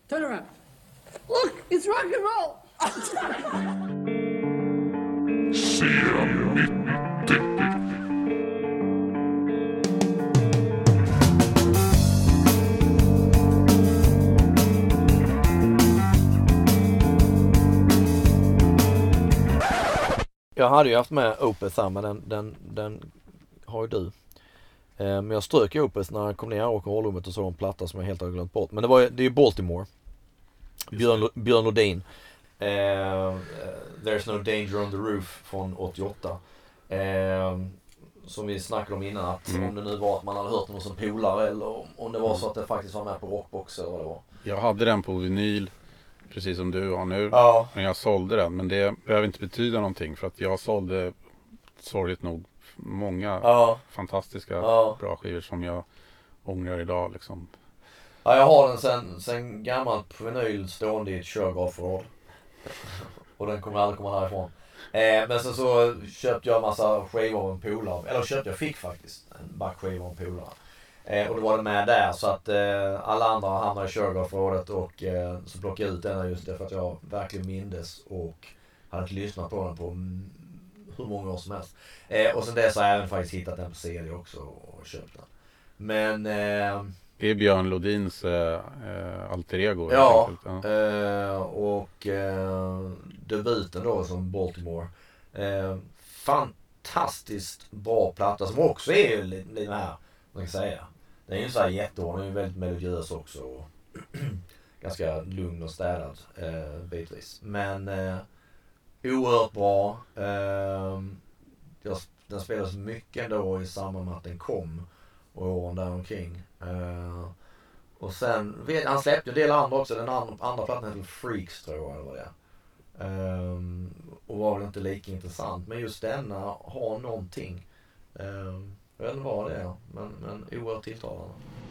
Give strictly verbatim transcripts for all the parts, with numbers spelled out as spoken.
Turn around. Look, it's rock and roll. C M nittio. Jag hade ju haft med Opeth här, men den, den, den har ju du. Eh, men jag strök ju Opeth när jag kom ner i rock'n'roll-rummet och såg en platta som jag helt har glömt bort. Men det, var, det är ju Baltimore. Björn, Björn Lodin. Eh, There's No Danger on the Roof från åttioåtta. Eh, som vi snackade om innan, att mm. om det nu var att man hade hört någon som polare eller om, om det var så att det faktiskt var med på Rockbox eller vad det var. Jag hade den på vinyl, precis som du har nu. Ja. Men jag sålde den, men det behöver inte betyda någonting för att jag sålde sorgligt nog många ja. fantastiska ja. bra skivor som jag ångrar idag liksom. Ja, jag har den sen, sen gammalt på vinyl stående i ett körgraförråd. Och den kommer aldrig komma därifrån. Eh, men sen så köpte jag en massa skivor av en polare. Eller köpte, jag fick faktiskt en backskiva av en polare. Eh, och då var det med där, så att eh, alla andra hamnade i körgraförrådet och eh, så plockade jag ut den just det för att jag verkligen mindes och hade inte lyssnat på den på mm, hur många år som helst. Eh, och sen dess har jag även faktiskt hittat den på C D också och köpt den. Men... Eh, det är Björn Lodins äh, alter ego. Ja, ja. Eh, och eh, debuten då som Baltimore. Eh, fantastiskt bra platta som också är lite, lite här, man kan säga. Den är ju så här jätteår, den är ju väldigt melodiös också. Och ganska lugn och städad eh, bitvis. Men eh, oerhört bra. Eh, den spelas mycket ändå i samband med att den kom. Och åren där omkring. Uh, och sen, vet, han släppte en del andra också. Den andra, andra plattan heter Freaks tror jag. Eller vad det är. Um, och var väl inte lika intressant. Men just denna har någonting. Um, jag vet inte vad det är. Men, men oerhört tilltalande.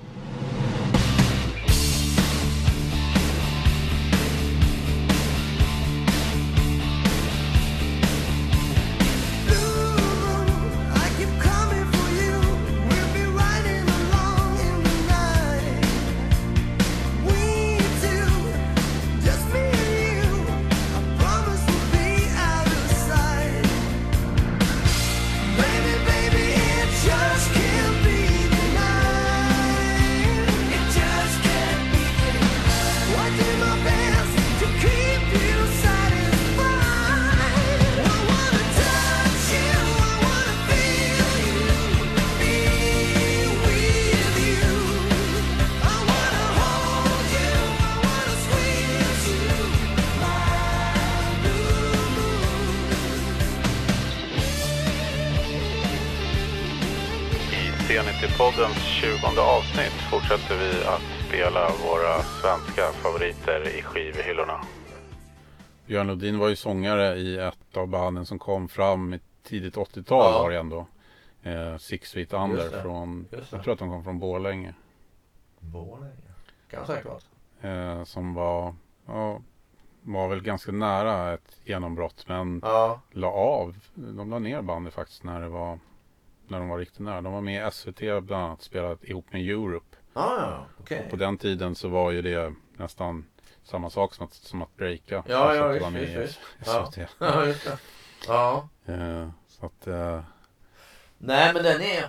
Poddens tjugonde avsnitt fortsätter vi att spela våra svenska favoriter i skivhyllorna. Björn Lodin var ju sångare i ett av banden som kom fram i tidigt åttiotal ja. Var det ändå. Eh, Six Feet Under från, jag tror att de kom från Borlänge. Borlänge? Kan säkert vara. Eh, som var, ja, var väl ganska nära ett genombrott men ja. La av, de la ner bandet faktiskt när det var när de var riktigt nära. De var med i S V T bland annat, spelat ihop med Europe. Ah, okay. På den tiden så var ju det nästan samma sak som att, som att breaka. Ja, alltså ja, att just, vara med just, i just. S V T. Ja, just det. Ja. Uh, så att... Uh... Nej, men den är...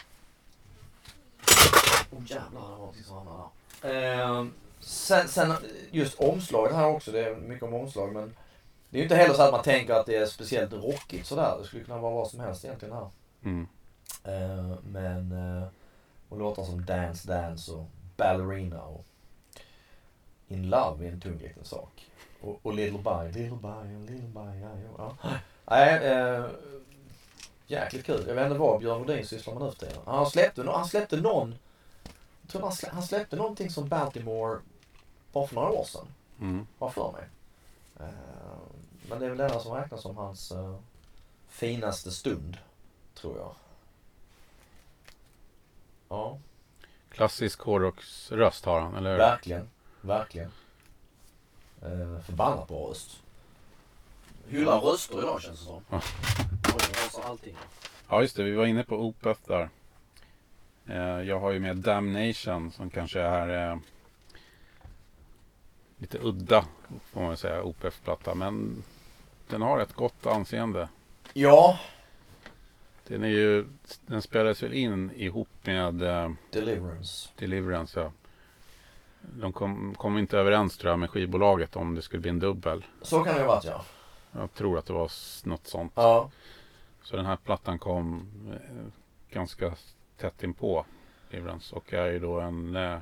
Oh jävlar, det var någonting som hamnade där. Uh, sen, sen just omslaget här också, det är mycket om omslag, men det är ju inte heller så att man tänker att det är speciellt rockigt sådär. Det skulle kunna vara vad som helst egentligen här. Mm. Uh, men uh, och låtar som Dance Dance och Ballerina och In Love är en tung liten sak. Och, och Little By, Little By, Little By, ja, ja. Nej, uh, jäkligt kul. Jag vet inte vad Björn Lodin sysslar med nu för tiden. Han släppte, han släppte någon, jag tror han, slä, han släppte någonting som Baltimore bara för några år sedan. Mm. Var för mig. Uh, men det är väl denna som räknas som hans uh, finaste stund, tror jag. Ja. Klassisk hårdrocksröst har han, eller? Verkligen, verkligen. Eh, förbannat bra röst. Hyllar röster idag känns det som. Ja. Oj, allting. Ja just det, vi var inne på Opeth där. Eh, jag har ju med Damnation som kanske är eh, lite udda får man säga, O P F-platta. Men den har ett gott anseende. Ja. Den är ju, den spelades väl in ihop med eh, Deliverance. Deliverance, ja. De kom, kom inte överens tror jag med skivbolaget om det skulle bli en dubbel. Så kan det ju varit, ja. Jag tror att det var s- något sånt. Ja. Så den här plattan kom eh, ganska tätt in på Deliverance och är ju då en eh,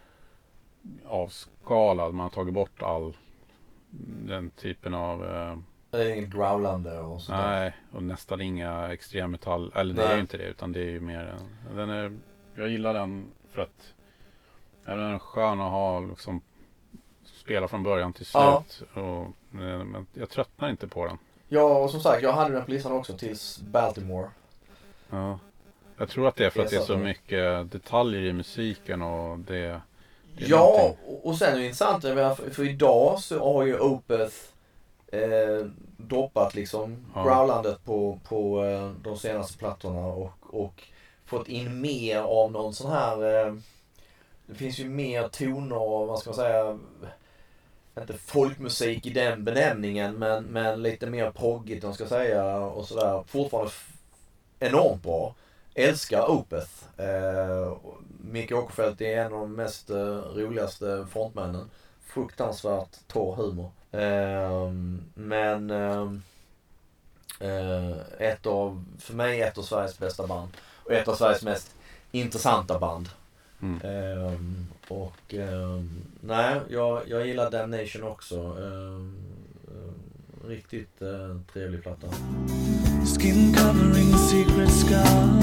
avskalad. Man har tagit bort all den typen av eh, Det är inget growlande och sånt där. nej, och nästan inga extremmetall. Eller det Nej. är ju inte det, utan det är ju mer en, den är, jag gillar den för att den är skön att ha liksom, spela från början till slut. Ja. Och, eh, men jag tröttnar inte på den. Ja, och som sagt, jag hade den på listan också tills Baltimore. Ja. Jag tror att det är för Det är att det är så så att- mycket detaljer i musiken och det, det är Ja, någonting- och- och sen är det intressant, jag menar, för, för idag så har ju Opeth eh, droppat liksom Ja. growlandet på, på eh, de senaste plattorna och, och fått in mer av någon sån här, eh, det finns ju mer toner av, vad ska man säga, inte folkmusik i den benämningen, men, men lite mer proggigt, om man ska säga, och sådär. Fortfarande f- enormt bra. Älskar Opeth. Eh, Micke Åkerfeldt är en av de mest eh, roligaste frontmännen. Fruktansvärt torr humor. Eh, men eh, eh, ett av, för mig ett av Sveriges bästa band. Och ett av Sveriges mest intressanta band. Mm. Ehm, och ehm, nej, jag, jag gillar Damnation också. Ehm, ehm, riktigt eh, trevlig platta. Skin covering secret scar.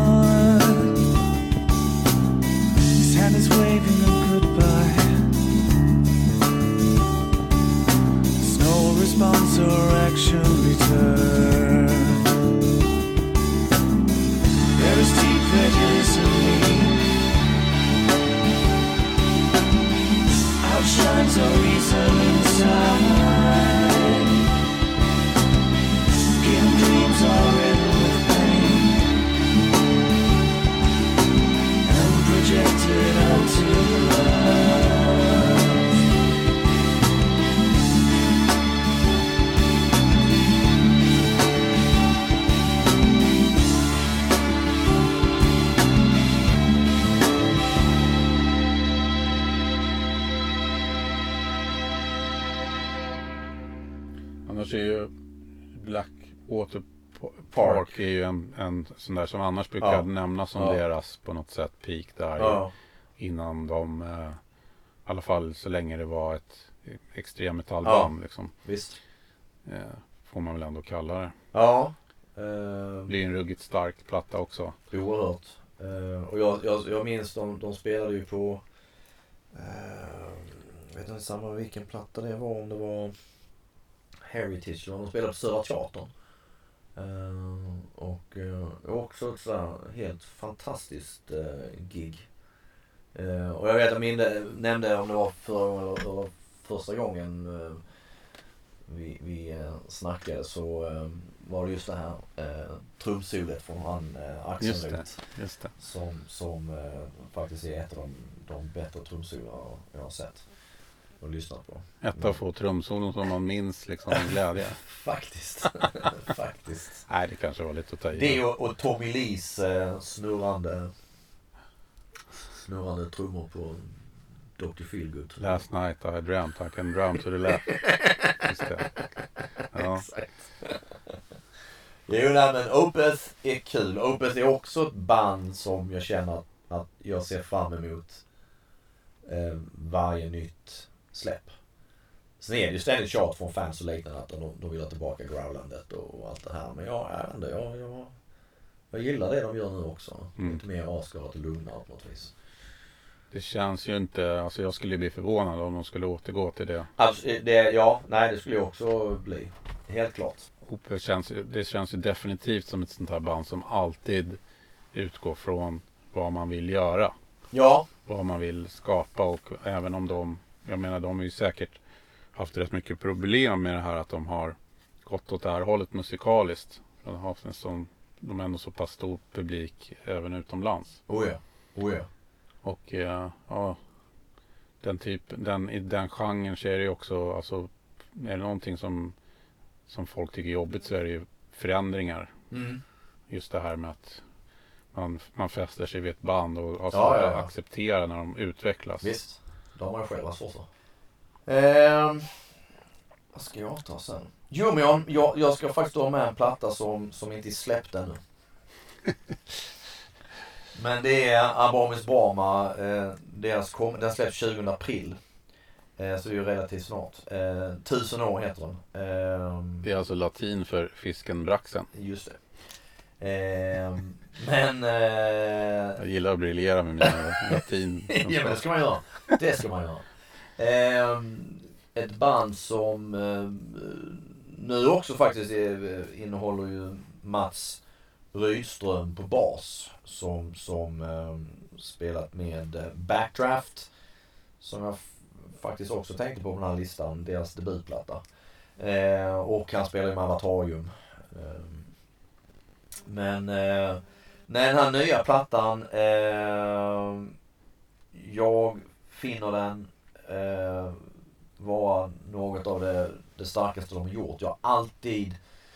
His hand is waving a goodbye. There's no response or action return. There is deep prejudice in me. Outshines a reason inside. Skin dreams are written with pain and projected onto love. Annars är ju Blackwater Park är ju en, en sån där som annars brukar Ja. nämnas som Ja. deras på något sätt peak där Ja, innan de eh, i alla fall så länge det var ett extremmetallband liksom, visst. eh, får man väl ändå kalla det. Ja. Det Ehm, blir en ruggigt stark platta också. oerhört. Ehm, och jag, jag, jag minns de, de spelade ju på, ehm, jag vet inte samma vilken platta det var, om det var Heritage, eller om de spelade på Södra Teatern. Ehm, och eh, också ett sådär helt fantastiskt eh, gig. Ehm, och jag vet att min nämnde om det var för, eller, eller första gången eh, vi, vi eh, snackade, så eh, var det just det här eh, trumsolet från han eh, Axel Just det. Roth, Just det. som, som eh, faktiskt är ett av de, de bättre trumsolor jag har sett och lyssnat på. Ett av få trumsolon som man minns liksom med glädje. Faktiskt. Faktiskt. Nej, det kanske var lite att ta i. Det och, och Tommy Lees eh, snurrande snurrande trummor på doktor Feelgood. Last night I dreamt I can drum to the left. Just det. Ja. Exakt. Jo, nej, men Opeth är kul. Opeth är också ett band som jag känner att, att jag ser fram emot eh, varje nytt släpp. Sen är det ju ständigt tjat från fans och liknande att de, de vill ha tillbaka growlandet och allt det här. Men jag är ändå, jag, jag, jag gillar det de gör nu också. Mm. Lite mer avskalat och lugnare på något vis. Det känns ju inte, alltså jag skulle bli förvånad om de skulle återgå till det. Alltså, det, ja, nej, det skulle jag också bli. Helt klart. Opeth känns, ju- det känns ju definitivt som ett sånt här band som alltid utgår från vad man vill göra. Ja, Vad man vill skapa, och även om de, jag menar de har ju säkert haft rätt mycket problem med det här att de har gått åt det här hållet musikaliskt. De har haft en sån, de är ändå så pass stor publik även utomlands. oh ja, oh ja. Och eh, ja, den typ, den, i den genren så är det ju också, alltså, är det någonting som, som folk tycker är jobbigt så är det ju förändringar. Mm. Just det här med att man, man fäster sig vid ett band och alltså Ja, ja, ja. accepterar när de utvecklas. Visst, det har man ju själv svårt för. Ehm, vad ska jag ta sen? Jo, men jag, jag, jag ska faktiskt ha med en platta som, som inte är släppt ännu. Men det är Abramis Barma, eh, deras kom, den släpps tjugonde april. Eh, så det är ju relativt snart. Eh, tusen år heter den. Eh, Det är alltså latin för fisken Braxen. just det. Eh, men... Eh, Jag gillar att briljera med mina latin. ja, men det ska man göra. Det ska man göra. Eh, ett band som eh, nu också faktiskt är, innehåller ju Mats Rydström på bas som, som eh, spelat med eh, Backdraft som jag f- faktiskt också tänkte på på den här listan, deras debutplatta. Eh, och han spelar ju med Avatarium. Eh, men eh, när den här nya plattan eh, jag finner den eh, vara något av det, det starkaste de har gjort. Jag har alltid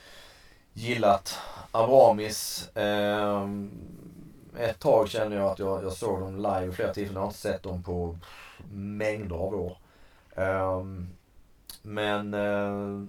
gillat Abramis. Eh, ett tag kände jag att jag, jag såg dem live flera tillfällen. Jag har inte sett dem på mängder av år. Eh, men eh,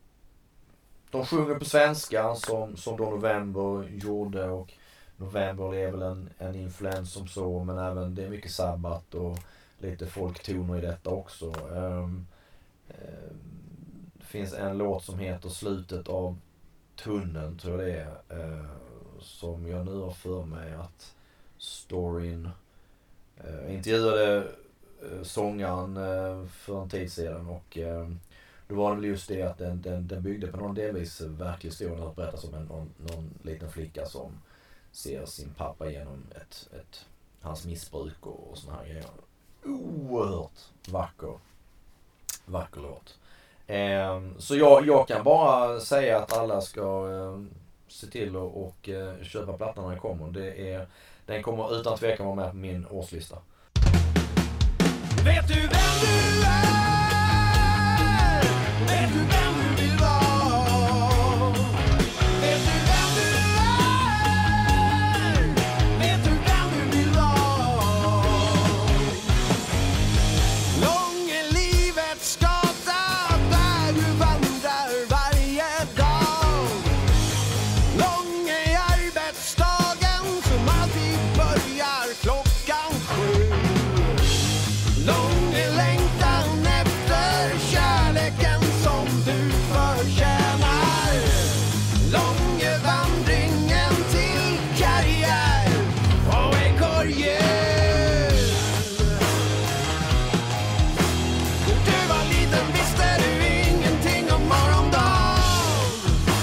de sjunger på svenska som, som då November gjorde, och November är väl en, en influens som så, men även det är mycket Sabbat och lite folktoner i detta också. Um, um, det finns en låt som heter Slutet av tunneln, tror jag det är, uh, som jag nu har för mig att storyn uh, intervjuade uh, sångaren uh, för en tid sedan, och uh, då var det väl just det att den, den, den byggde på någon delvis verklig historia. Det berättas om en, någon, någon liten flicka som ser sin pappa genom ett, ett, hans missbruk och, och såna här grejer. Oerhört vacker, vacker låt. Eh, så jag, jag kan bara säga att alla ska eh, se till och, och eh, köpa plattan när den kommer. Det är, den kommer utan tvekan vara med på min årslista. Vet du vem du är? Vet du vem du vill vara? Vet du vem du är? Vet du vem du vill vara? Lång är livets gata där du vandrar varje dag. Lång är arbetsdagen som alltid börjar klockan sju. Lång är längtan efter kärleken som du förtjänar. Lång är vandringen till karriär och ekorrhjul. När du var liten visste du ingenting om morgondagen.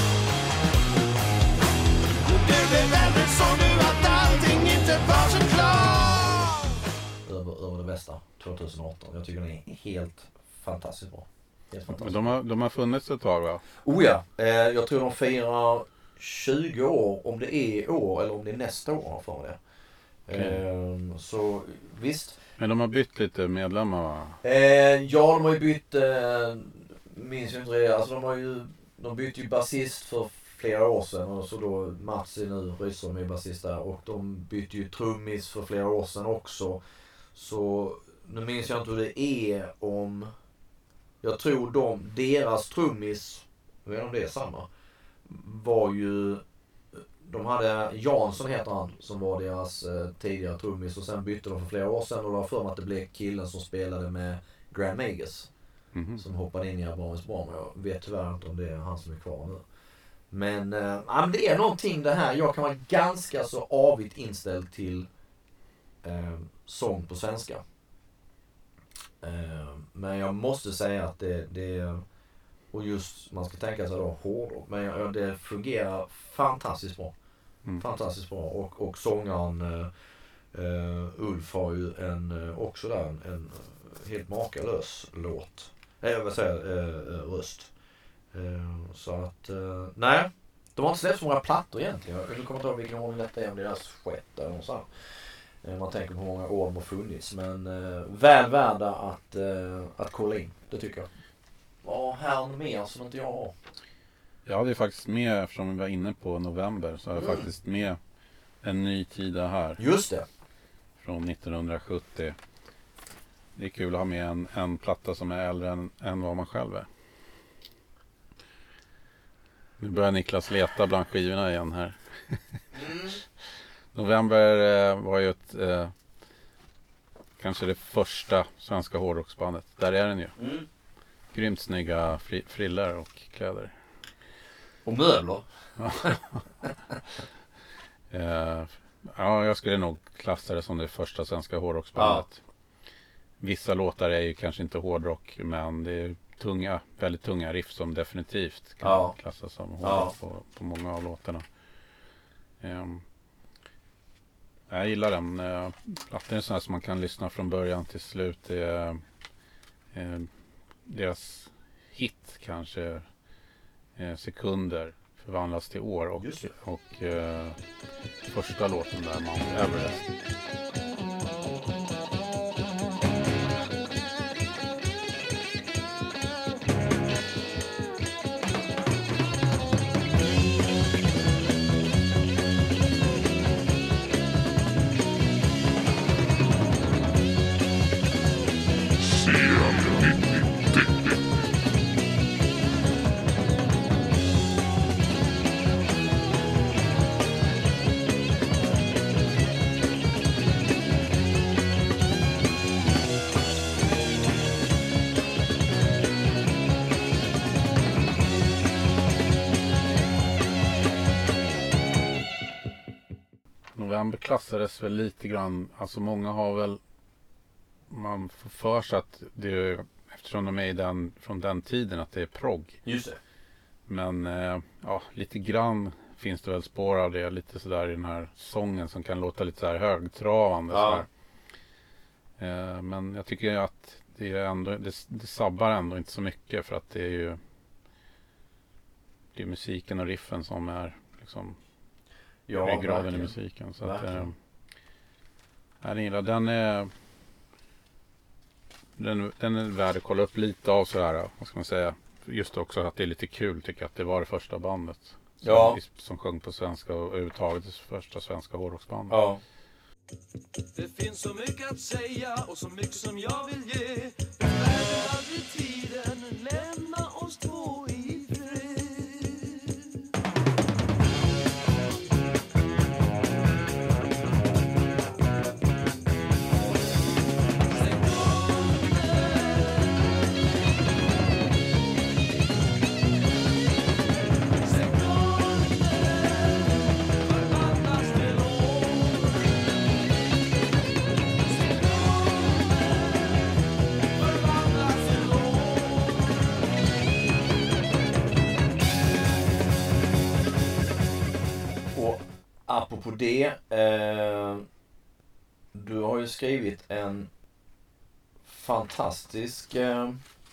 När du blev äldre såg du att allting inte var så klart. Över, över det bästa tjugoarton. Jag tycker den är helt fantastiskt bra. Helt fantastiskt. Men de har, de har funnits ett tag, va? Oh ja, eh, jag tror de firar tjugo år, om det är i år eller om det är nästa år, har för det. Eh, så visst. Men de har bytt lite medlemmar, va? Eh, ja, de har ju bytt, eh, minns jag inte det, alltså de har ju, de bytte ju basist för flera år sedan, och så då Mats är nu Rydström är basist där, och de bytte ju trummis för flera år sedan också. Så nu minns jag inte hur det är om, jag tror de, deras trummis, jag vet inte om det är samma, var ju, de hade, Jansson heter han, som var deras eh, tidigare trummis, och sen bytte de för flera år sedan, och det var för mig att det blev killen som spelade med Grand Magus, Mhm. som hoppade in i Abramis Barma. Jag vet tyvärr inte om det är han som är kvar nu. Men, eh, ja, men det är någonting det här, jag kan vara ganska så avigt inställd till eh, sång på svenska. Eh, men jag måste säga att det, det, och just man ska tänka sig då hårdrock, men ja, det fungerar fantastiskt bra. Mm. Fantastiskt bra, och, och sångaren eh, eh, Ulf har ju en, eh, också där en, en helt makalös låt. Nej, jag vill säga eh, röst. Eh, så att, eh, nej, de har inte släppt så många plattor egentligen. Jag kommer inte ihåg vilken ordning detta är, om det är deras sjätte eller något sånt. Man tänker på hur många år de har funnits. Men eh, väl värda att, eh, att kolla in. Det tycker jag. Vad här mer som inte jag har? Jag hade faktiskt med, eftersom vi var inne på november, så har jag Mm. faktiskt med En ny tid är här. Just det. Från nittonhundrasjuttio. Det är kul att ha med en, en platta som är äldre än, än vad man själv är. Nu börjar Niklas leta bland skivorna igen här. Mm. November eh, var ju ett eh, kanske det första svenska hårdrocksbandet. Där är den ju. Mm. Grymt snygga fri, friller och kläder. Och möbler. eh, ja, jag skulle nog klassa det som det första svenska hårdrocksbandet. Ja. Vissa låtar är ju kanske inte hårdrock, men det är tunga, väldigt tunga riff som definitivt kan ja. klassas som hårdrock ja. på, på många av låtarna. Um, jag gillar den. Uh, plattan är sån här som man kan lyssna från början till slut. Det är, uh, deras hit kanske uh, sekunder förvandlas till år och, och uh, första låten där, Mount Everest. November klassades väl lite grann, alltså många har väl, man får för sig att det är, eftersom de är i den, från den tiden, att det är progg. Just det. Men eh, ja, lite grann finns det väl spår av det, lite sådär i den här sången som kan låta lite sådär högtravande. Ja. Sådär. Eh, men jag tycker att det är ändå, det, det sabbar ändå inte så mycket, för att det är ju det är musiken och riffen som är liksom ja, ryggraden i musiken. Så att, eh, den, gillar, den är den, den är värd att kolla upp lite av sådär, vad ska man säga, just också att det är lite kul, tycker jag, att det var det första bandet som, ja. som sjöng på svenska och överhuvudtaget det första svenska hårdrocksbandet. Ja. Det finns så mycket att säga och så mycket som jag vill ge. Världen aldrig tiden, lämna oss två i fred. Apropå det, eh, du har ju skrivit en fantastisk eh,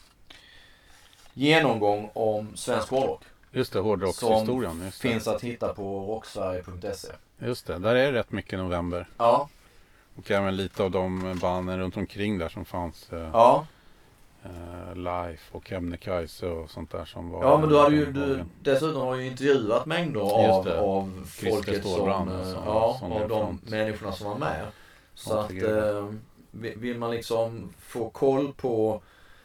genomgång om svensk hårdrock. Just det, hårdrockshistorien. Som finns att hitta på rocksverige punkt se. Just det, där är rätt mycket November. Ja. Och även lite av de banden runt omkring där som fanns. Eh, ja. Eh, Life och Kebnekaise och sånt där som var. Ja, men du hade ju du, dessutom har ju intervjuat mängder av, av folket som, som, ja, som av de front. människorna som var med. Så att eh, vill man liksom få koll på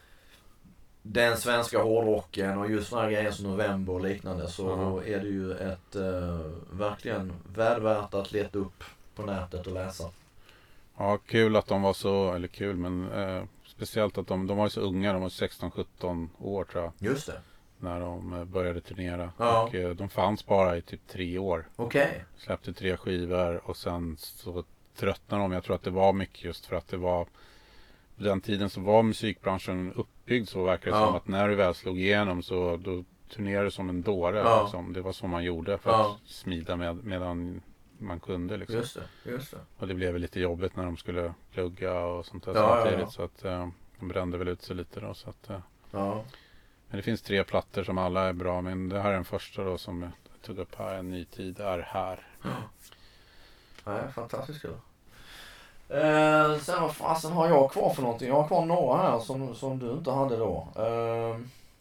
den svenska hårdrocken och just sådana grejer som November och liknande, så uh-huh. är det ju ett eh, verkligen värdevärt att leta upp på nätet och läsa. Ja, kul att de var så, eller kul, men eh, speciellt att de, de var så unga, de var sexton sjutton år tror jag. Just det. När de började turnera. Ja. Och eh, de fanns bara i typ tre år. Okej. Okay. Släppte tre skivor och sen så tröttnade de. Jag tror att det var mycket just för att det var, på den tiden så var musikbranschen uppbyggd så, verkar det ja. som att när du väl slog igenom så då turnerade du som en dåre. Ja. Liksom. Det var så man gjorde för ja. att smida med, medan man kunde liksom. Just det, just det. Och det blev lite jobbigt när de skulle plugga och sånt där ja, samtidigt. Ja, ja. Så att eh, de brände väl ut sig lite då. Så att, eh. ja. Men det finns tre plattor som alla är bra. Men det här är den första då som jag tog upp här. En ny tid är här. Ja, ja fantastiskt kul. Eh, sen vad fasen har jag kvar för någonting? Jag har kvar några här som, som du inte hade då. Eh,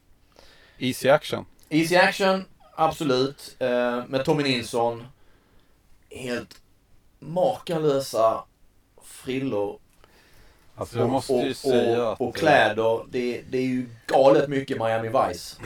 Easy Action. Easy Action, absolut. Eh, med Tommy Nilsson. Helt makalösa frillor. Alltså jag och, måste ju och, säga och, att... och kläder. Det, det är ju galet mycket Miami Vice.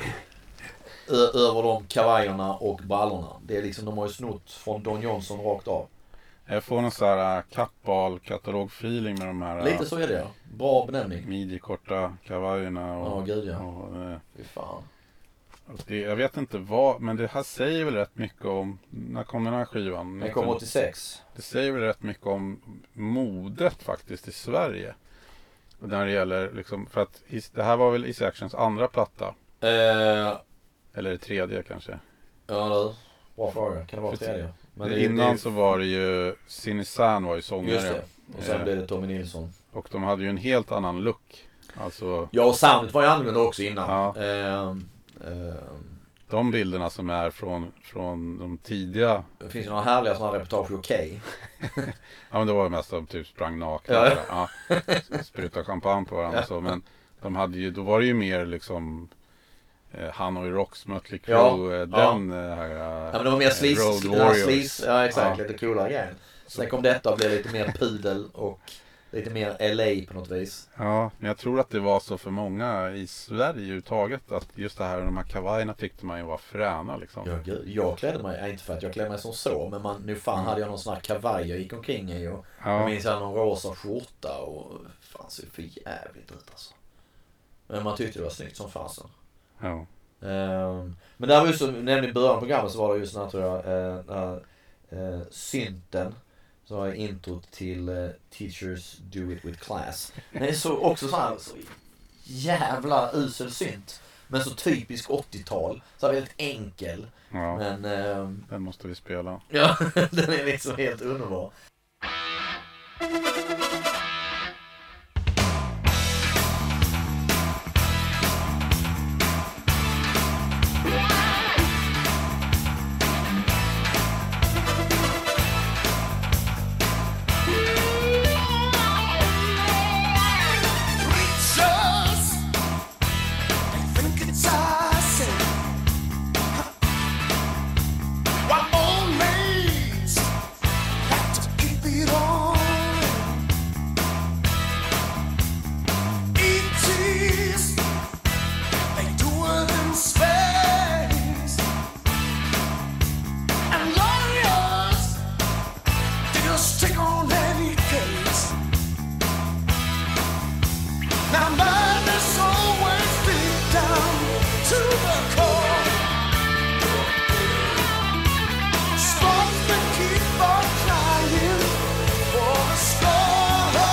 Ö- över de kavajerna och brallorna. Det är liksom, de har ju snott från Don Johnson rakt av. Jag får någon sån här kattbal-katalog-feeling med de här... Lite så är det, ja. Bra benämning. Midjekorta kavajerna och... Ja, gud ja. och, eh, Fy fan. och det, jag vet inte vad, men det här säger väl rätt mycket om... När kom den här skivan? Den kom åttiosex. Det säger väl rätt mycket om modet faktiskt i Sverige. Och när det gäller liksom... För att is, det här var väl Easy Actions andra platta? Eh, Eller tredje kanske? ja, det, bra fråga. Kan det vara För tredje? Men det, det, innan det, så var det ju... Sinisan var ju sångare. just det. Och sen Eh, blev det Tommy Nilsson. Och de hade ju en helt annan look. Alltså Ja, och soundet var ju annorlunda också innan. Ja. Eh, eh, de bilderna som är från, från de tidiga... det finns ju några härliga sådana reportage i Okej. Ja, men det var ju mest att typ sprang nakna. Ja. Ja. Spruta champagne på varandra och så. Men de hade ju, då var det ju mer liksom eh, Hanoi Rocks, Mötley Crüe, Ja. eh, den eh, här... Ja, men det var mer sleaze. Road Ja, Warriors. sleaze. Ja, exakt. Ja. Lite coolare grejer. Sen kom detta och blev lite mer pudel och lite mer L A på något vis. Ja, men jag tror att det var så för många i Sverige överhuvudtaget att just det här, de här kavajerna tyckte man ju var fräna liksom. Ja, gud. Jag klädde mig, inte för att jag klädde mig som så, men man, nu fan hade jag någon sån här kavaj jag gick omkring i och jag Ja, minns jag någon rosa skjorta och fan så för jävligt ut alltså. Men man tyckte det var snyggt som fasen. ja. Um, men där var ju så, nämligen i början av programmet så var det just den här, tror jag, uh, uh, uh, synten. Så var intro till uh, Teachers Do It With Class. Det är så, också så här, så jävla usel synt. Men så typisk åttiotal. Så här väldigt enkel. ja. Men um, Den måste vi spela. ja, den är liksom helt underbar. Preachers, they think it's awesome. While old maids like to keep it on. E Ts, they do it in space. And lawyers, they just take on any case. Now mine is always deep down to the core. Sportsmen keep on trying for the score.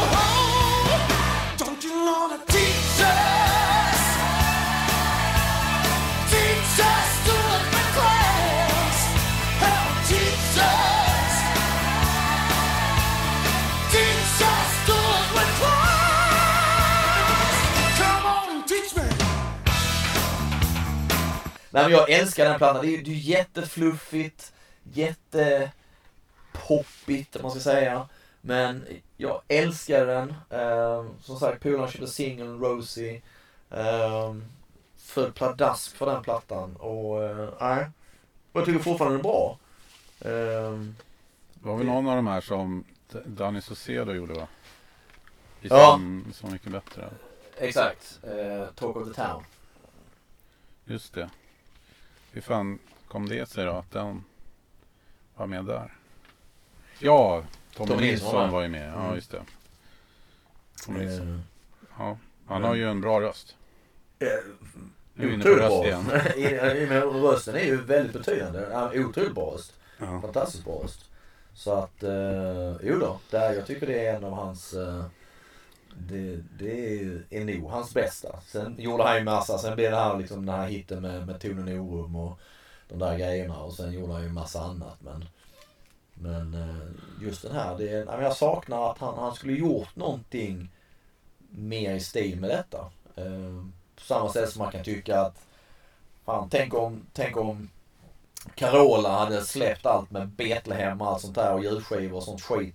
Don't you know the teachers? Teachers do it with class. Hell, teachers. Teachers do it with class. Come on, teach me. Nej, men jag älskar den plattan. Det är ju det är jättefluffigt, jättepoppigt om man ska säga. Men jag älskar den. Eh, som sagt, polaren köpte singeln Rosie. Eh, föll pladask för den plattan. Och eh, nej, och jag tycker fortfarande den är bra. Eh, Det var väl någon av de här som D- Danny Saucedo gjorde, va? I Ja. som, Så mycket bättre. exakt. Eh, Talk of the Town. Just det. Hur fan kom det sig då att den var med där? Ja, Tommy, Tommy Nilsson Nilsson var var ju med. Ja, Mm. just det. Tommy Nilsson. Eh, Ja, han har ju en bra röst. eh, Nu är vi inne på otroligt röst bra. igen. I- i- men Rösten är ju väldigt betydande. Ja, otroligt bra röst. Ja. Fantastiskt bra röst. Så att, eh, jo då, där, jag tycker det är en av hans, eh, det, det är, är nog hans bästa. Sen gjorde han ju massa, sen blev det här liksom den här hitten med, med Tonen i Orum och de där grejerna och sen gjorde han ju massa annat. Men, men eh, just den här, det är, ja, men jag saknar att han, han skulle gjort någonting mer i stil med detta. Eh, på samma sätt som man kan tycka att, fan, tänk om, tänk om Carola hade släppt allt med Betlehem och allt sånt där och julskivor och sånt skit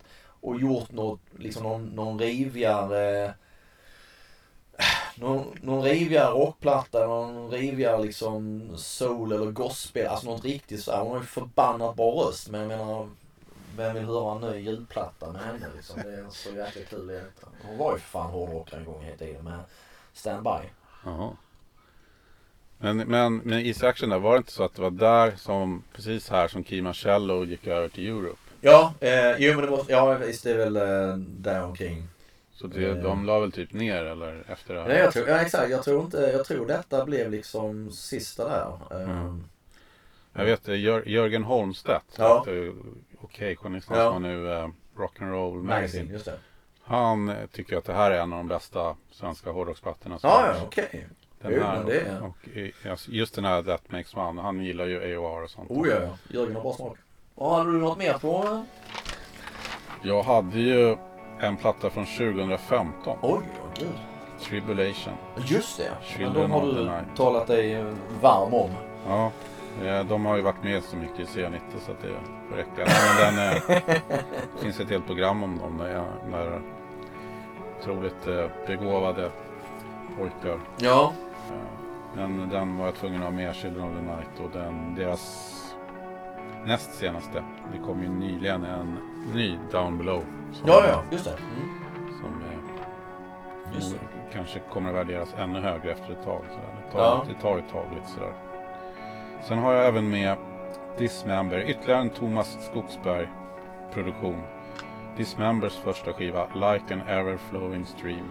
och gjort något, liksom någon, någon rivigare någon, någon rivigare rockplatta, någon rivigare liksom soul eller gospel, alltså något riktigt så här. Hon har ju förbannat bra röst, men jag menar, vem vill höra en ny julplatta med henne liksom? Det är så jäkla kul det. Hon var ju för fan hårdrockare en gång i tiden med Stand By. Jaha. Men, men, men Easy Action där, var det inte så att det var där som, precis här som Key Marcello gick över till Europe? Ja, eh, jo men det måste, ja visst det är väl eh, där omkring. Så det, de la väl typ ner eller efter det här? Nej, jag tror, ja exakt, jag tror inte, jag tror detta blev liksom sista där. Mm. Jag vet, Jör, Jörgen Holmstedt, ja. okej, okay, journalisten ja. som har nu eh, Rock'n'Roll Magazine. Magazine, just det. Han eh, tycker att det här är en av de bästa svenska hårdrocksplattorna. Ja, ja, okej. Okay. Den jo, här, det är. och, och, just den här That Makes One, han gillar ju A O R och sånt. Oh ja, ja. Jörgen har bra smak. Och hade du något mer på? Jag hade ju en platta från tjugohundrafemton. Oj, oh, gud. Tribulation. Just det. Men Children de har of the du Night. talat dig varm om. Ja, de har ju varit med så mycket i C nittio så att det får räcka. Men den är, det finns ett helt program om dem där, jag, där otroligt begåvade pojkar. Ja. Men den var jag tvungen att ha med, Children of the Night, och den, deras näst senaste. Det kom ju nyligen en ny Down Below. Som, Ja, ja, just det. Mm. Som just det. kanske kommer att värderas ännu högre efter ett tag. Sådär. Det, tar, Ja. det tar ett tag lite sådär. Sen har jag även med Dismember, ytterligare en Thomas Skogsberg produktion. Dismembers första skiva, Like an Ever Flowing Stream.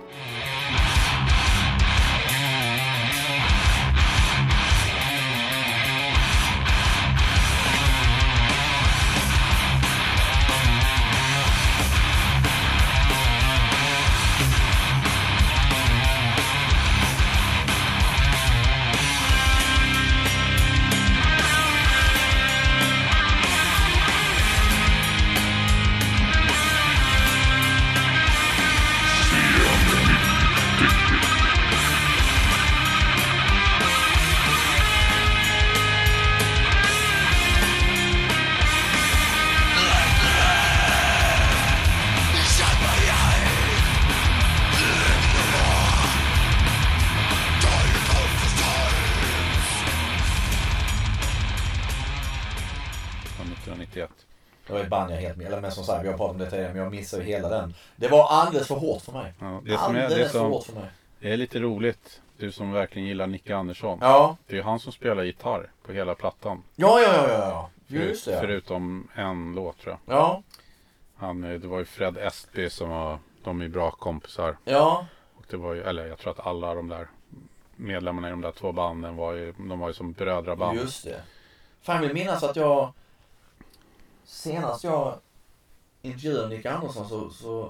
Det var ett band jag helt med, eller men som sagt, vi har pratat om det tidigare, men jag missade ju hela den. Det var alldeles för hårt för mig. Ja, det som alldeles är, det som, för hårt för mig. Det är lite roligt, du som verkligen gillar Nicke Andersson. Ja. Det är ju han som spelar gitarr på hela plattan. Ja, ja, ja, ja, ja. Just det. Förutom en låt tror jag. Ja. Han, det var ju Fred Estby som var, de är bra kompisar. Ja. Och det var ju, eller jag tror att alla de där medlemmarna i de där två banden var ju, de var ju som brödraband. Just det. Fan, jag vill minnas att jag senast jag intervjuade Nicke Andersson så, så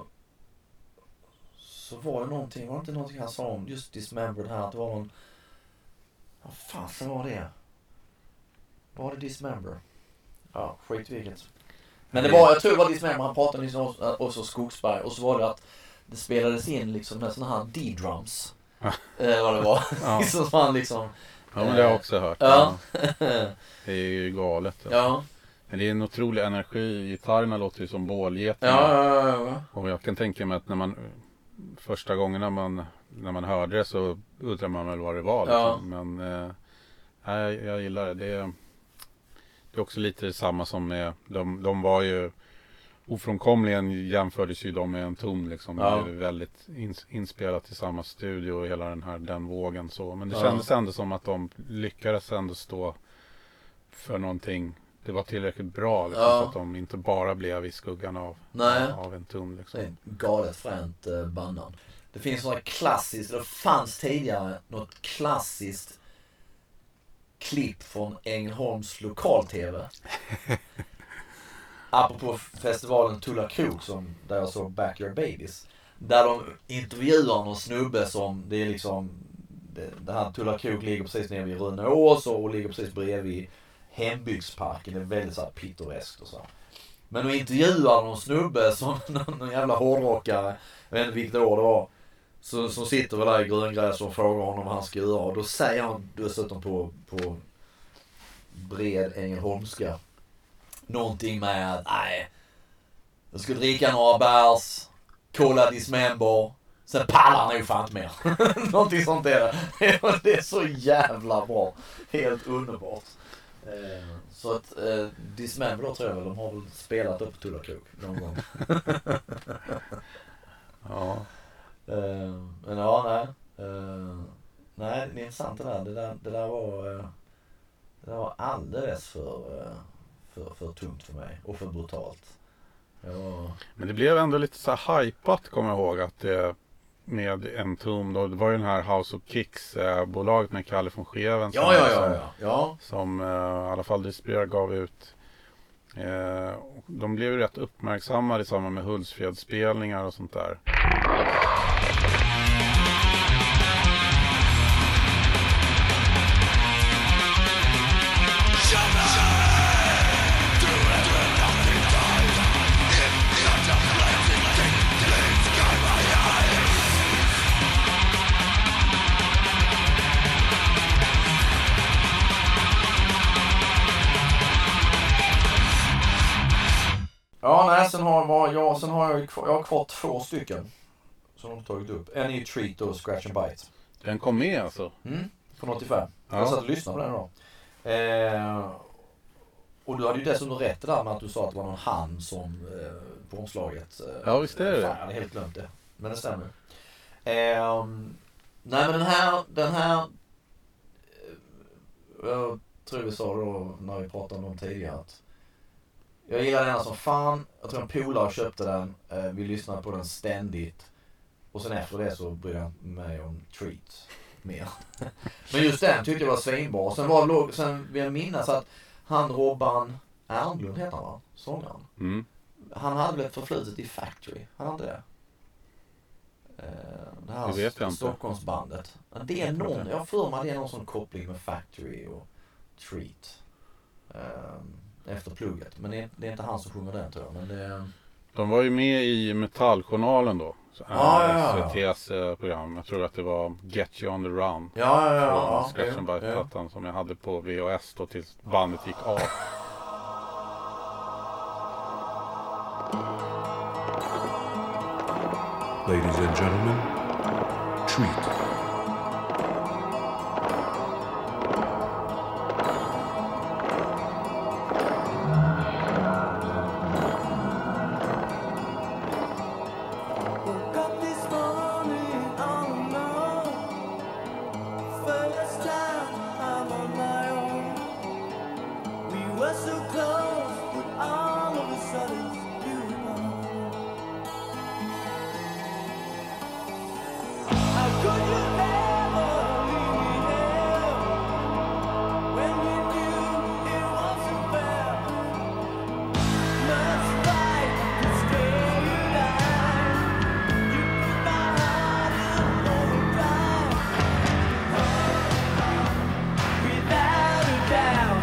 så var det någonting, var det inte någonting han sa om just Dismembered här, att det var någon, vad fan så var det? Var det Dismember? Ja, skit vilket. Men det var, jag tror det var Dismember, han pratade liksom också Skogsberg, och så var det att det spelades in liksom med såna här D-drums. eh, vad det var. Ja. Så han liksom. Ja, men det har jag också hört. Ja. Det är ju galet. Alltså. Ja. Men det är en otrolig energi. Gitarrerna låter ju som bålgetingar. Ja, ja, ja, ja. Och jag kan tänka mig att när man första gången när man, när man hörde det så undrar man väl vad det var. Liksom. Ja. Men eh, nej, jag gillar det. Det är, det är också lite samma som med, de, de var ju ofrånkomligen jämfördes ju de med en ton liksom. Ja. Det är väldigt ins, inspelat i samma studio och hela den här, den vågen så. Men det Ja. kändes ändå som att de lyckades ändå stå för någonting. Det var tillräckligt bra liksom, Ja. så att de inte bara blev i skuggan av, Nej. av en ton liksom. Det är ett galet fränt eh, bandnamn. Det finns några klassiskt, det fanns tidigare något klassiskt klipp från Ängelholms lokal-tv. Apropå festivalen Tulla Krok som där jag såg Backyard Babies. Där de intervjuar någon snubbe som, det är liksom, det, det här Tulla Krok ligger precis nere vid Rönneås och ligger precis bredvid Hembygdsparken. Det är väldigt så här pittoreskt och så. Men då intervjuar någon snubbe som någon, någon jävla hårdrockare, jag vet inte vilket år det var, så, som sitter väl där i gröngräs och frågar honom vad han ska göra. Och då säger han dessutom på, på bred ängelholmska någonting med att nej, Jag skulle dricka några bärs, kolla Dismember, sen pallar nog fan inte mer. Någonting sånt är det. Det är så jävla bra. Helt underbart. Så att eh, Dismember då tror jag väl, de har väl spelat upp på Tullakrok någon gång. Ja. Eh, men ja, nej. Eh, nej, det är intressant det där. Det där, det där var eh, det där var alldeles för, eh, för, för tungt för mig och för brutalt. Ja. Men det blev ändå lite så här hypat, kommer jag ihåg, att det med Entombed då, det var ju den här House of Kicks eh, bolaget med Kalle von Scheven Ja, ja, ja, som, ja, ja. som eh, i alla fall Distribuer gav ut. Eh, de blev ju rätt uppmärksammade i samband med Hultsfredsspelningar och sånt där. Ja, nej, sen har jag, sen har jag, kvar, jag har kvar två stycken som de har tagit upp. En är ju Treat och Scratch and Bite. Den kom med alltså? Mm, från åttiofem. Ja. Jag satt och lyssnade på den då. Eh, och du hade ju dessutom rätt där med att du sa att det var någon han som eh, på omslaget. Eh, Ja, visst är det. Fan, jag hade helt glömt det. Men det stämmer. Eh, nej, men den här, den här eh, jag tror vi sa då när vi pratade om dem tidigare att jag gillar den som fan. Jag tror en polare köpte den. Eh, vi lyssnade på den ständigt. Och sen efter det så brydde jag mig om Treat mer. Men just den tyckte jag var svinbra. Sen var det, sen vill jag minnas att han Robban Ernblund heter han va? Sångaren. Mm. Han hade väl ett förflutet i Factory. Han hade det. Eh, det här Det vet jag inte. Stockholmsbandet. Det är någon, jag för mig det är någon sån koppling med Factory och Treat. Eh, efter plugget. Men det är, det är inte han som sjunger den tror jag. Men det är... De var ju med i Metalljournalen då. Ah, ja, ja, ja. S V T:s eh, program. Jag tror att det var Get You On The Run. Ja, ja, ja. Från ja, Scratch and Bite-plattan som jag hade på V H S då tills bandet gick av. Ladies and gentlemen, Treat. Woke up this morning on my own. First time I'm on my own. We were so close, but all of a sudden you were gone. How could you ever leave me here when we knew it wasn't fair? Must fight to stay alive. You put my heart in overdrive. Without a doubt,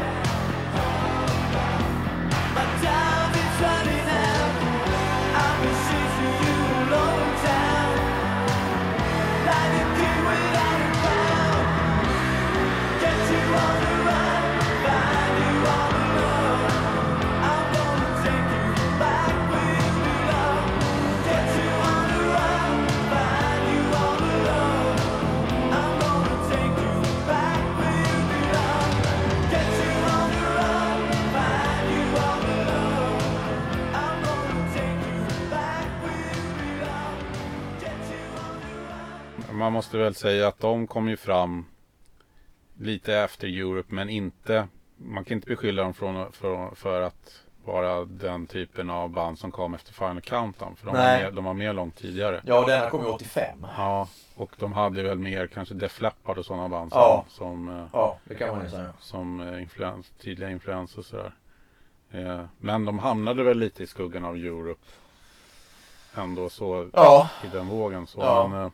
my time is running out. I've been chasing you a long time, like a king without a crown. Get you on the run, find you all alone. I'm gonna take you back where you belong. Get you on the run, find you all alone. I'm gonna take you back where you belong. Get you on the run, find you all alone. I'm gonna take you back where you belong. Get you on the run. Man måste väl säga att de kom ju fram lite efter Europe, men inte, man kan inte beskylla dem från, för, för att vara den typen av band som kom efter Final Countdown, för de var, Nej. med, de var med långt tidigare. Ja, den här kom ju åttiofem. Ja, och de hade väl mer kanske Def Leppard och sådana band som, Ja. som, eh, Ja, det kan man ju säga. som eh, influens, tidiga influenser och sådär. Eh, men de hamnade väl lite i skuggan av Europe ändå så Ja. i den vågen. Så Ja. men, eh,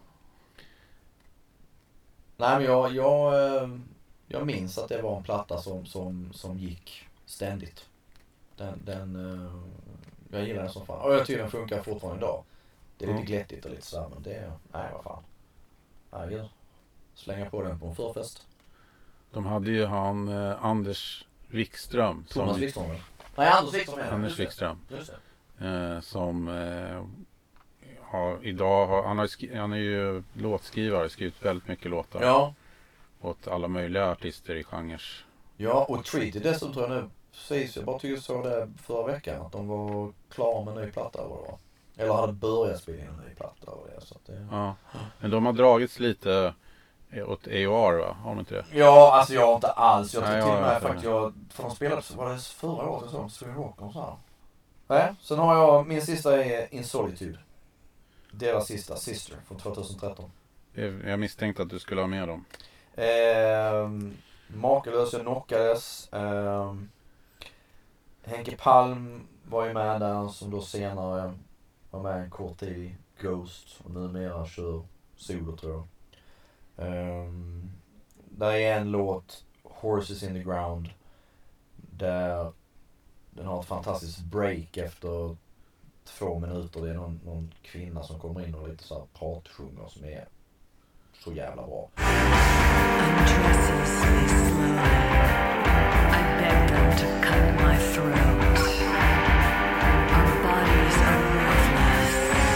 Nej, men jag, jag, eh, jag minns att det var en platta som, som, som gick ständigt. Den, den, eh, jag gillar den som fan. Och jag tycker den funkar fortfarande idag. Det är lite Mm. glättigt och lite sådär, men det är, nej vad fan. Nej, jag slänga på den på en förfest. de hade ju han eh, Anders Wikström. Thomas som, Wikström väl? Nej, Anders Wikström är det. Anders Just det. Wikström. Just Eh, som eh, har, idag har, han, har skri- han är ju låtskrivare, skrivit väldigt mycket låtar Ja. åt alla möjliga artister i genrer. Ja, och Treaty dessutom tror jag nu, precis, jag bara tycker jag såg det förra veckan, att de var klara med en ny platta eller vad det var. Eller hade börjat spela in en ny platta och det, så att det... Ja. Men de har dragits lite åt A O R, va? Har de inte det? Ja, alltså jag har inte alls, jag tror Nej, till och jag med vet faktiskt, det. jag, för de spelade, var det förra året som Sweden Rock och så här. Nej, sen har jag, min sista är In Solitude. Deras sista, Sister, från tjugohundratretton. Jag jag misstänkte att du skulle ha med dem. Ehm, Makalös, jag knockades. Ehm, Henke Palm var ju med där, som då senare var med en kort tid i Ghost och numera kör solo, tror jag. Ehm, där är en låt, Horses in the Ground, där den har ett fantastiskt break efter två minuter. Det är någon, någon kvinna som kommer in och lite så här pratsjunger som är så jävla bra. Undresses me slowly. I beg them to cut my throat. Our bodies are worthless.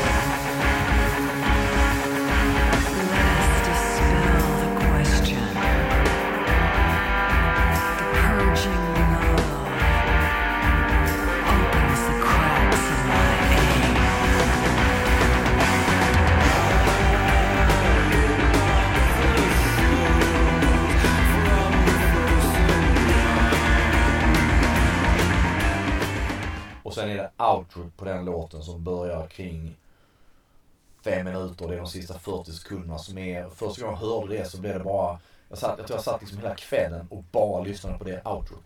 Let us dispel the question. The purging love opens the cracks in my aim. Och sen är det outro på den låten som börjar kring fem minuter. Det är de sista fyrtio sekunderna som är... Första gången jag hörde det så blev det bara... Jag, satt, jag tror jag satt liksom hela kvällen och bara lyssnade på det outrot.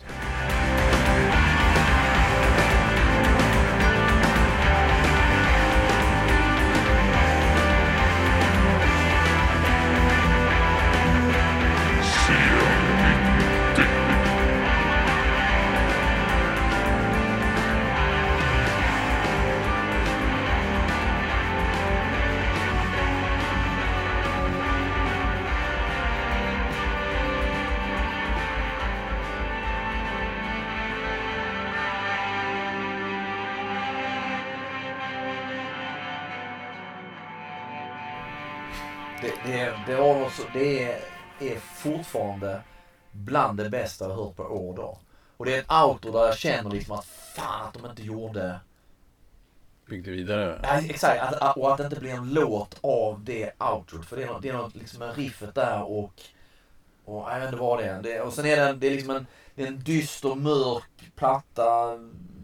Det, det, det, har också, det är, är fortfarande bland det bästa jag har hört på år då. Och det är ett outro där jag känner liksom att fan att de inte gjorde... Byggde vidare. Nej, exakt. Att, och att det inte blir en låt av det outrot. För det är något, det är något liksom en riffet där och... Och jag vet inte vad det är. Det, och sen är det, det är liksom en, det är en dyster, mörk platta.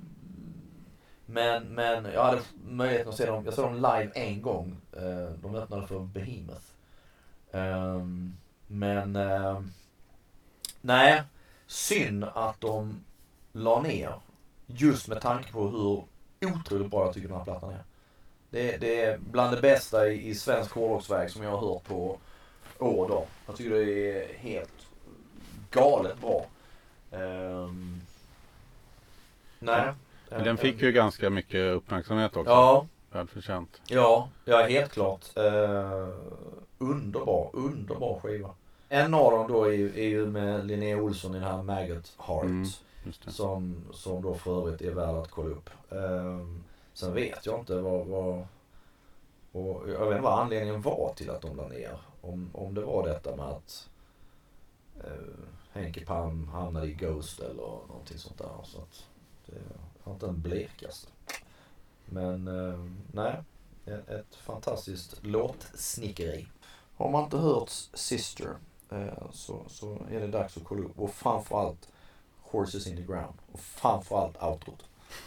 Men, men jag hade möjligheten att se dem. Jag såg dem live en gång. De öppnade för Behemoth. Um, men uh, nej, synd att de la ner. Just med tanke på hur otroligt bra jag tycker den här plattan är. Det, det är bland det bästa i, i svensk hårdrocksväg som jag har hört på år då. Jag tycker det är helt galet bra. Um, nej. Men den fick ju ganska mycket uppmärksamhet också. Ja. Välförtjänt. Ja, ja, helt klart. Uh, underbar, underbar skiva. En av dem då är ju, är ju med Linnea Olsson i den här Maggot Heart. Mm, just det. Som, som då för övrigt är värd att kolla upp. Um, sen vet jag inte vad, vad och jag vet inte vad anledningen var till att de la ner. Om, om det var detta med att uh, Henke Palm hamnade i Ghost eller någonting sånt där. Så att det har inte en blekaste. Men uh, nej, ett, ett fantastiskt låtsnickeri. Har man inte hört Sister uh, så, så är det dags att kolla upp. Och framförallt Horses in the Ground. Och framförallt outrot.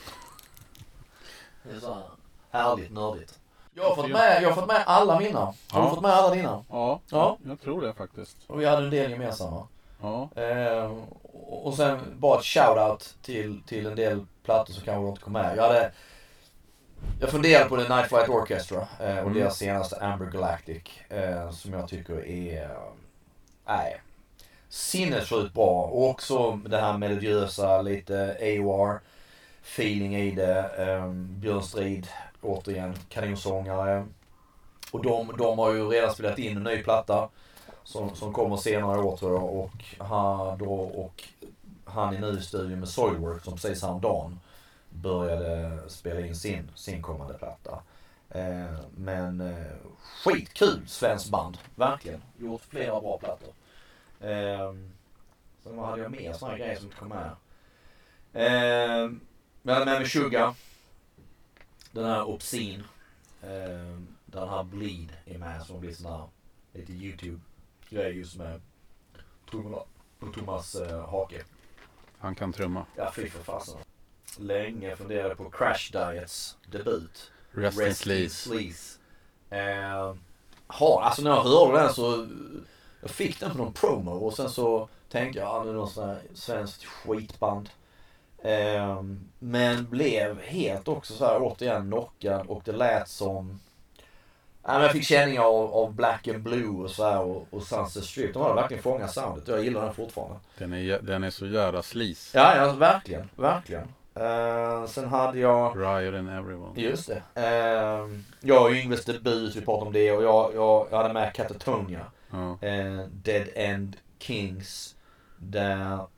Det är så här härligt nördigt. Jag har fått med, jag har fått med alla mina. Har Ja. du fått med alla dina? Ja, Ja. jag tror det faktiskt. Och vi hade en del gemensamma. Ja. Eh, och sen bara ett shoutout till, till en del plattor som kanske inte kom med. Jag hade Jag funderade på The Night Flight Orchestra eh, och Mm. deras senaste Amber Galactic eh, som jag tycker är nej, äh, sinnessjukt bra. Och också det här melodiösa, lite A O R feeling i det. Eh, Björn Strid, återigen kanonsångare. Och de, de har ju redan spelat in en ny platta som, som kommer senare i år tror jag. Och han, då, och han är nu i studion med Soilwork som precis häromdagen började spela in sin, sin kommande platta. Eh, men eh, skitkul svensk band, verkligen. Gjort flera bra plattor. Eh, sen vad hade jag mer såna här grejer som inte kom med? Eh, jag hade med mig Sugar. Den här Obscene. Eh, den här Bleed är med som blir sån här lite YouTube-grej just med Thomas eh, Hake. Han kan trumma. Ja, fy för fasen. Länge funderade på Crash Diets debut. Rest, Rest in Sleaze. Eh, ha, alltså när jag hörde den så jag fick den på någon promo och sen så tänkte jag, ja, det är någon sån här svenskt skitband. Eh, men blev helt också så här återigen knockad och det lät som ja, men jag fick känningar av, av Black and Blue och så här och, och Sunset Strip. De har verkligen fångat soundet. Jag gillar den fortfarande. Den är, den är så jävla sleaze. Ja, ja, verkligen, verkligen. Uh, sen hade jag Riot and Everyone. just det. Uh, jag och Yngves debut, vi pratade om det och jag, jag, jag hade med Catatonia. Ja. Uh, Dead End Kings. Där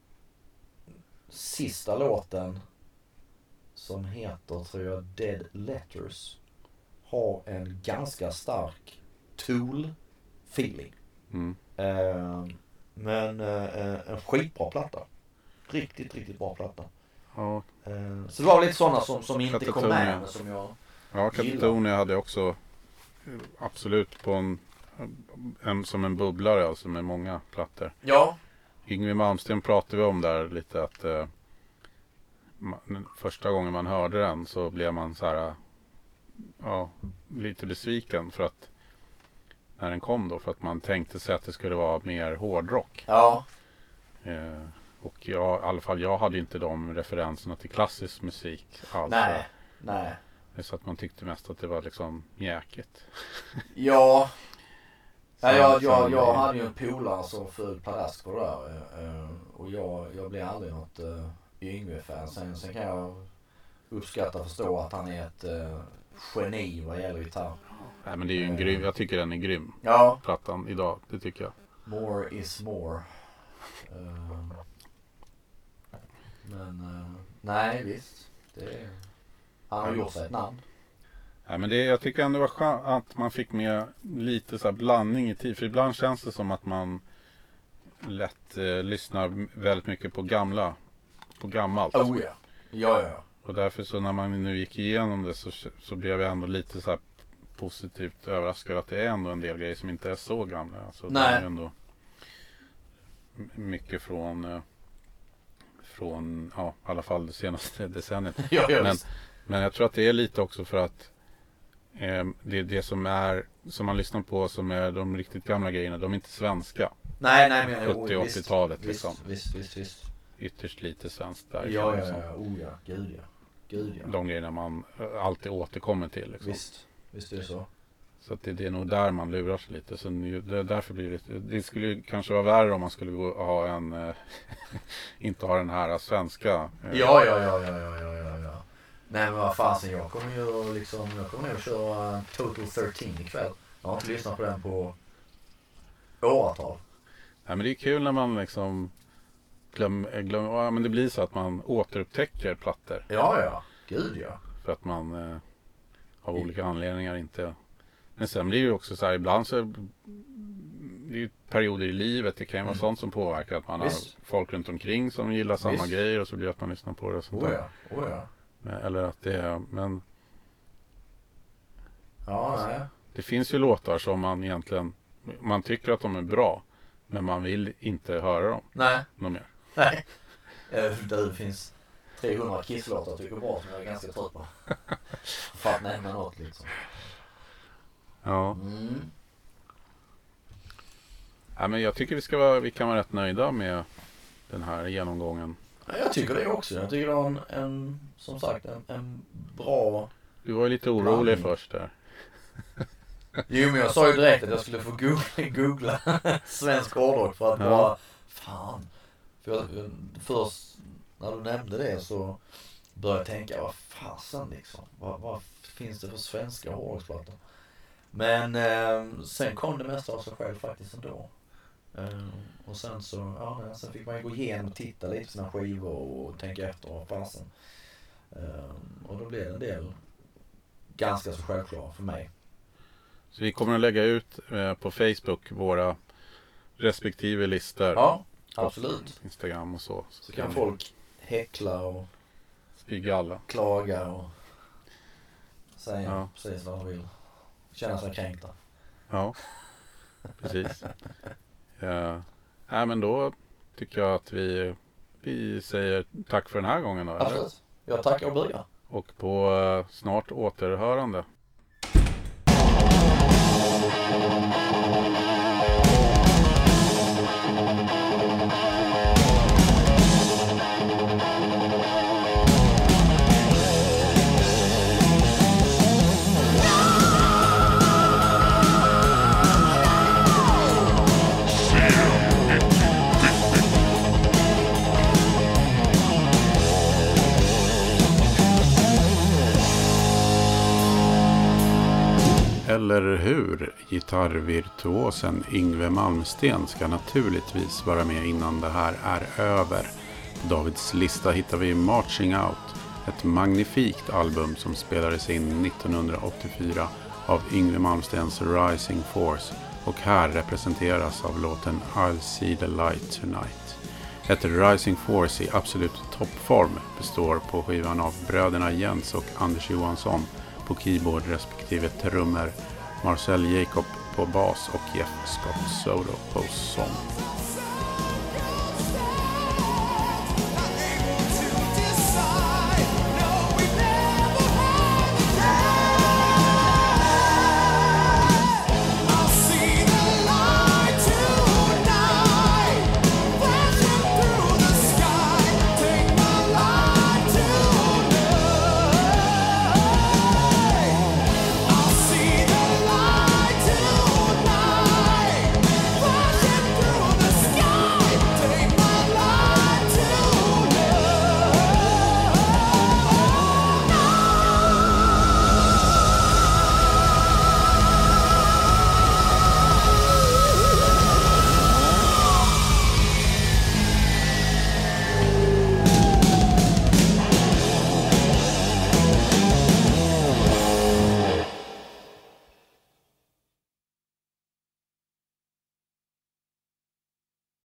sista låten som heter, tror jag, Dead Letters har en ganska stark Tool-feeling. Mm. Uh, men uh, en skitbra platta. Riktigt, riktigt bra platta. Ja. Uh, så det var lite sådana som, som inte kom Catatonia. med men som jag Ja, Catatonia hade jag också absolut på en, en som en bubblare, alltså med många plattor. Ja. Yngwie Malmsteen pratade vi om där lite att eh, man, första gången man hörde den så blev man så här ja, lite besviken för att när den kom då, för att man tänkte sig att det skulle vara mer hårdrock. Ja. Eh, och jag, i alla fall jag hade inte de referenserna till klassisk musik alls. Nej, nej. Så att man tyckte mest att det var liksom mjäkigt. Ja. Ja, jag, jag, Som- jag hade ju en polare som föll pladask på det där. eh, Och jag, jag blev aldrig något uh, Yngwie-fan. Sen, sen kan jag uppskatta och förstå att han är ett uh, geni vad gäller gitarr. Nej, men det är ju en grym, jag tycker den är grym. Ja. Plattan idag, det tycker jag. More is more. Uh, men uh, nej, visst. Det är, han har gjort sig ett namn. Nej, men det, jag tycker ändå det var skönt att man fick med lite så här blandning i tid. För ibland känns det som att man lätt eh, lyssnar väldigt mycket på gamla, på gammalt. Oh ja. Ja, ja. Och därför så när man nu gick igenom det så, så blev jag ändå lite så här positivt överraskad att det är ändå en del grejer som inte är så gamla. Alltså, det Nej. är ändå m- mycket från, eh, från ja, i alla fall det senaste decenniet. Ja, ja, Men, visst. men jag tror att det är lite också för att eh, det är det som är som man lyssnar på som är de riktigt gamla grejerna. De är inte svenska. Nej, nej, men sjuttio- oh, visst. åttiotalet liksom. Visst, visst, visst. Ytterst lite svenskt där. Ja, ja, liksom. ja. Oh ja. Gud ja. Gud ja. De grejerna man eh, alltid återkommer till. Liksom. Visst. Visst är det så. Så att det, det är nog där man lurar sig lite. Så nu, det, därför blir det, det skulle ju kanske vara värre om man skulle gå och ha en eh, inte ha den här svenska. Eh, Ja, ja, ja, ja, ja, ja, ja, ja. Nej, men vad fasen, jag kommer ju liksom, jag kommer ju att köra Total tretton ikväll. Jag har inte lyssnat på den på åratal. Nej, men det är kul när man liksom glömmer, glöm, ja, men det blir så att man återupptäcker plattor. Ja, ja. Gud ja. För att man eh, av olika anledningar inte. Men sen blir det ju också så här, ibland så det är ju perioder i livet, det kan ju vara Mm. sånt som påverkar att man Visst. har folk runt omkring som gillar samma Visst. grejer och så blir det att man lyssnar på det och sånt Oh där. ja. Oh ja. Eller att det är, men Ja, nej. det finns ju låtar som man egentligen, man tycker att de är bra, men man vill inte höra dem Nej. något mer. Nej. Eh, Det finns trehundra Kiss-låtar tycker jag bra som jag är ganska trött på. För att nämna något liksom. Ja. Mm. Ja, men jag tycker vi ska vara, vi kan vara rätt nöjda med den här genomgången. Ja, jag tycker det också. Jag tycker det var en, en som sagt, en, en bra... Du var ju lite orolig Blandning. först där. Jo, men jag sa ju direkt att jag skulle få googla, googla svensk hårdrock för att Ja. bara, fan. För jag, först när du nämnde det så började jag tänka, vad fasen liksom. Vad, vad finns det för svenska hårdrocksplattor? Men eh, sen kom det mesta av sig själv faktiskt ändå. Eh, och sen så, ja, sen fick man ju gå igenom och titta lite på sina skivor och tänka efter vad fasen. Um, och då blir det en del ganska så självklara för mig. Så vi kommer att lägga ut eh, på Facebook våra respektive listor. Ja, absolut. Instagram och så. Så, så kan folk häckla och spygga alla. Klaga och säga Ja. precis vad de vill. Känna sig kränkta. Ja, precis. Ja. Nej, men då tycker jag att vi, vi säger tack för den här gången då. Absolut. Eller? Jag tackar och bugar. Och på uh, snart återhörande. Eller hur? Gitarrvirtuosen Yngve Malmsten ska naturligtvis vara med innan det här är över. På Davids lista hittar vi Marching Out, ett magnifikt album som spelades in nittonhundraåttiofyra av Yngve Malmstens Rising Force och här representeras av låten I'll See the Light Tonight. Ett Rising Force i absolut toppform består på skivan av bröderna Jens och Anders Johansson på keyboard respektive trummor, Marcel Jacob på bas och Jeff Scott Soto på sång.